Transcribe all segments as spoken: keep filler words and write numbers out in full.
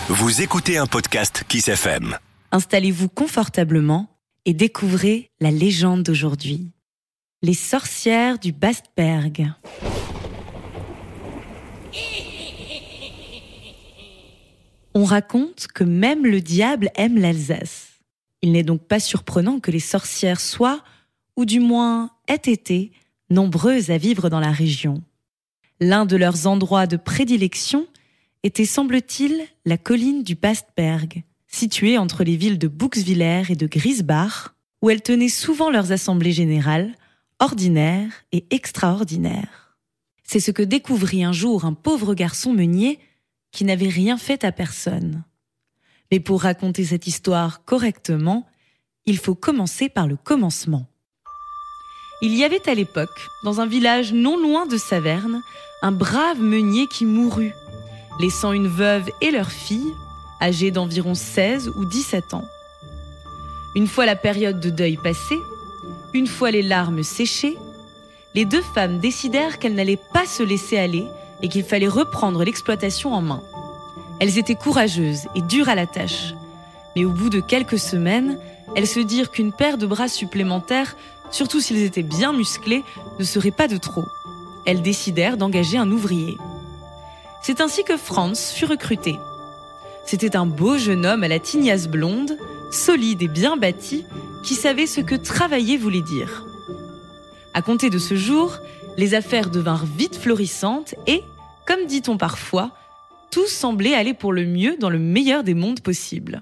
Vous écoutez un podcast Kiss F M. Installez-vous confortablement et découvrez la légende d'aujourd'hui. Les sorcières du Bastberg. On raconte que même le diable aime l'Alsace. Il n'est donc pas surprenant que les sorcières soient, ou du moins aient été, nombreuses à vivre dans la région. L'un de leurs endroits de prédilection était, semble-t-il, la colline du Bastberg, située entre les villes de Buxwiller et de Griesbach, où elles tenaient souvent leurs assemblées générales, ordinaires et extraordinaires. C'est ce que découvrit un jour un pauvre garçon meunier qui n'avait rien fait à personne. Mais pour raconter cette histoire correctement, il faut commencer par le commencement. Il y avait à l'époque, dans un village non loin de Saverne, un brave meunier qui mourut, laissant une veuve et leur fille, âgées d'environ seize ou dix-sept ans. Une fois la période de deuil passée, une fois les larmes séchées, les deux femmes décidèrent qu'elles n'allaient pas se laisser aller et qu'il fallait reprendre l'exploitation en main. Elles étaient courageuses et dures à la tâche, mais au bout de quelques semaines, elles se dirent qu'une paire de bras supplémentaires, surtout s'ils étaient bien musclés, ne serait pas de trop. Elles décidèrent d'engager un ouvrier. C'est ainsi que Franz fut recruté. C'était un beau jeune homme à la tignasse blonde, solide et bien bâti, qui savait ce que travailler voulait dire. À compter de ce jour, les affaires devinrent vite florissantes et, comme dit-on parfois, tout semblait aller pour le mieux dans le meilleur des mondes possibles.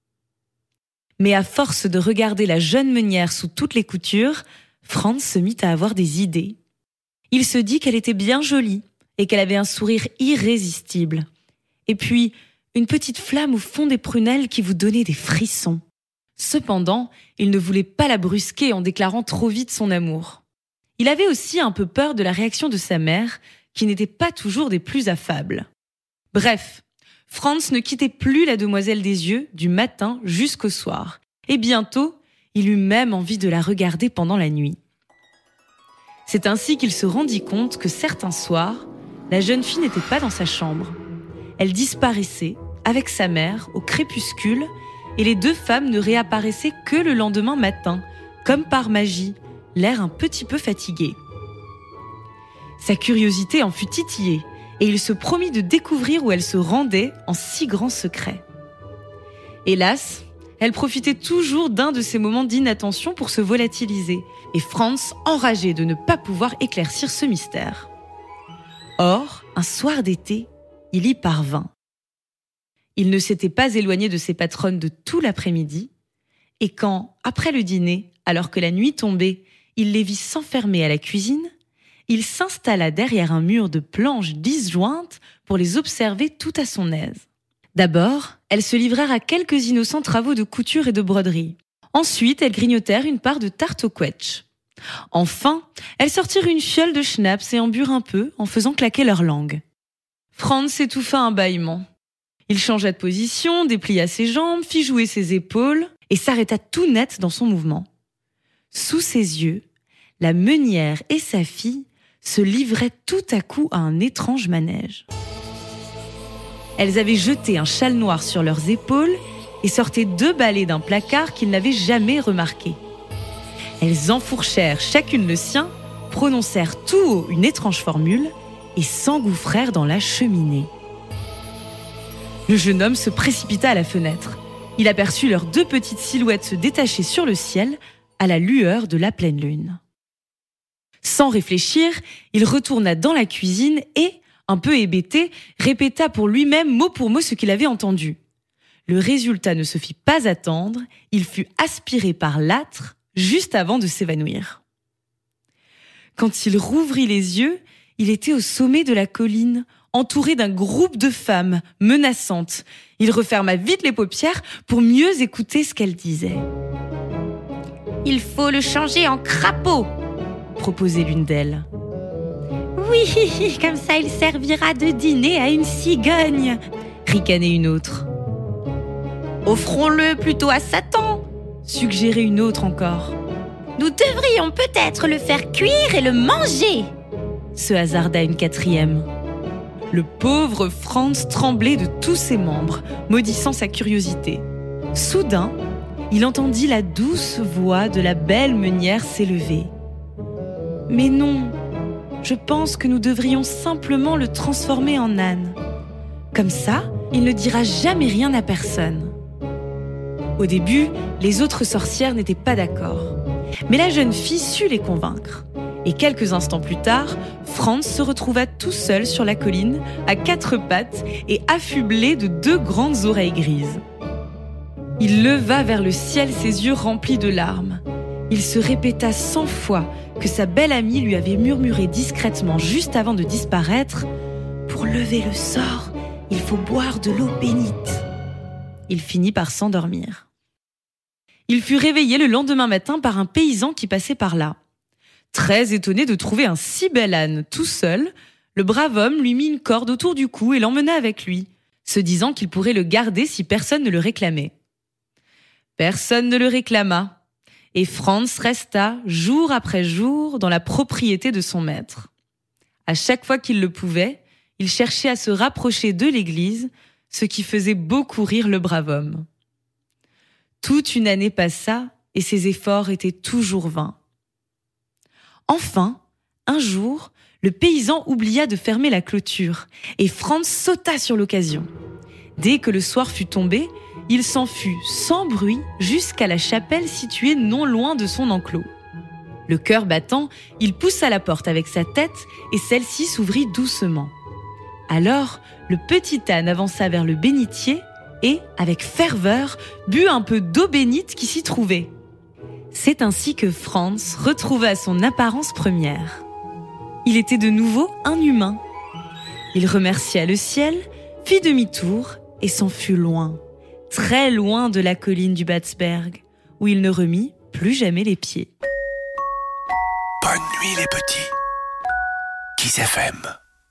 Mais à force de regarder la jeune meunière sous toutes les coutures, Franz se mit à avoir des idées. Il se dit qu'elle était bien jolie et qu'elle avait un sourire irrésistible. Et puis, une petite flamme au fond des prunelles qui vous donnait des frissons. Cependant, il ne voulait pas la brusquer en déclarant trop vite son amour. Il avait aussi un peu peur de la réaction de sa mère, qui n'était pas toujours des plus affables. Bref, Franz ne quittait plus la demoiselle des yeux du matin jusqu'au soir. Et bientôt, il eut même envie de la regarder pendant la nuit. C'est ainsi qu'il se rendit compte que certains soirs, la jeune fille n'était pas dans sa chambre. Elle disparaissait, avec sa mère, au crépuscule, et les deux femmes ne réapparaissaient que le lendemain matin, comme par magie, l'air un petit peu fatigué. Sa curiosité en fut titillée, et il se promit de découvrir où elle se rendait en si grand secret. Hélas, elle profitait toujours d'un de ces moments d'inattention pour se volatiliser, et Franz enragé de ne pas pouvoir éclaircir ce mystère. Or, un soir d'été, il y parvint. Il ne s'était pas éloigné de ses patronnes de tout l'après-midi, et quand, après le dîner, alors que la nuit tombait, il les vit s'enfermer à la cuisine, il s'installa derrière un mur de planches disjointes pour les observer tout à son aise. D'abord, elles se livrèrent à quelques innocents travaux de couture et de broderie. Ensuite, elles grignotèrent une part de tarte au quetch. Enfin, elles sortirent une fiole de schnapps et en burent un peu en faisant claquer leur langue. Franz étouffa un bâillement. Il changea de position, déplia ses jambes, fit jouer ses épaules et s'arrêta tout net dans son mouvement. Sous ses yeux, la meunière et sa fille se livraient tout à coup à un étrange manège. Elles avaient jeté un châle noir sur leurs épaules et sortaient deux balais d'un placard qu'ils n'avaient jamais remarqué. Elles enfourchèrent chacune le sien, prononcèrent tout haut une étrange formule et s'engouffrèrent dans la cheminée. Le jeune homme se précipita à la fenêtre. Il aperçut leurs deux petites silhouettes se détacher sur le ciel à la lueur de la pleine lune. Sans réfléchir, il retourna dans la cuisine et, un peu hébété, répéta pour lui-même mot pour mot ce qu'il avait entendu. Le résultat ne se fit pas attendre, il fut aspiré par l'âtre juste avant de s'évanouir. Quand il rouvrit les yeux, il était au sommet de la colline, entouré d'un groupe de femmes menaçantes. Il referma vite les paupières pour mieux écouter ce qu'elles disaient. « Il faut le changer en crapaud !» proposait l'une d'elles. « Oui, comme ça il servira de dîner à une cigogne !» ricanait une autre. « Offrons-le plutôt à Satan !» suggérait une autre encore. « Nous devrions peut-être le faire cuire et le manger !» se hasarda une quatrième. Le pauvre Franz tremblait de tous ses membres, maudissant sa curiosité. Soudain, il entendit la douce voix de la belle meunière s'élever. « Mais non, je pense que nous devrions simplement le transformer en âne. Comme ça, il ne dira jamais rien à personne. » Au début, les autres sorcières n'étaient pas d'accord. Mais la jeune fille sut les convaincre. Et quelques instants plus tard, Franz se retrouva tout seul sur la colline, à quatre pattes et affublé de deux grandes oreilles grises. Il leva vers le ciel ses yeux remplis de larmes. Il se répéta cent fois que sa belle amie lui avait murmuré discrètement juste avant de disparaître « Pour lever le sort, il faut boire de l'eau bénite ». Il finit par s'endormir. Il fut réveillé le lendemain matin par un paysan qui passait par là. Très étonné de trouver un si bel âne tout seul, le brave homme lui mit une corde autour du cou et l'emmena avec lui, se disant qu'il pourrait le garder si personne ne le réclamait. Personne ne le réclama, et Franz resta jour après jour dans la propriété de son maître. À chaque fois qu'il le pouvait, il cherchait à se rapprocher de l'église, ce qui faisait beaucoup rire le brave homme. Toute une année passa, et ses efforts étaient toujours vains. Enfin, un jour, le paysan oublia de fermer la clôture et Franz sauta sur l'occasion. Dès que le soir fut tombé, il s'enfuit sans bruit jusqu'à la chapelle située non loin de son enclos. Le cœur battant, il poussa la porte avec sa tête et celle-ci s'ouvrit doucement. Alors, le petit âne avança vers le bénitier et, avec ferveur, but un peu d'eau bénite qui s'y trouvait. C'est ainsi que Franz retrouva son apparence première. Il était de nouveau un humain. Il remercia le ciel, fit demi-tour et s'en fut loin, très loin de la colline du Batsberg, où il ne remit plus jamais les pieds. Bonne nuit les petits. Kiss F M.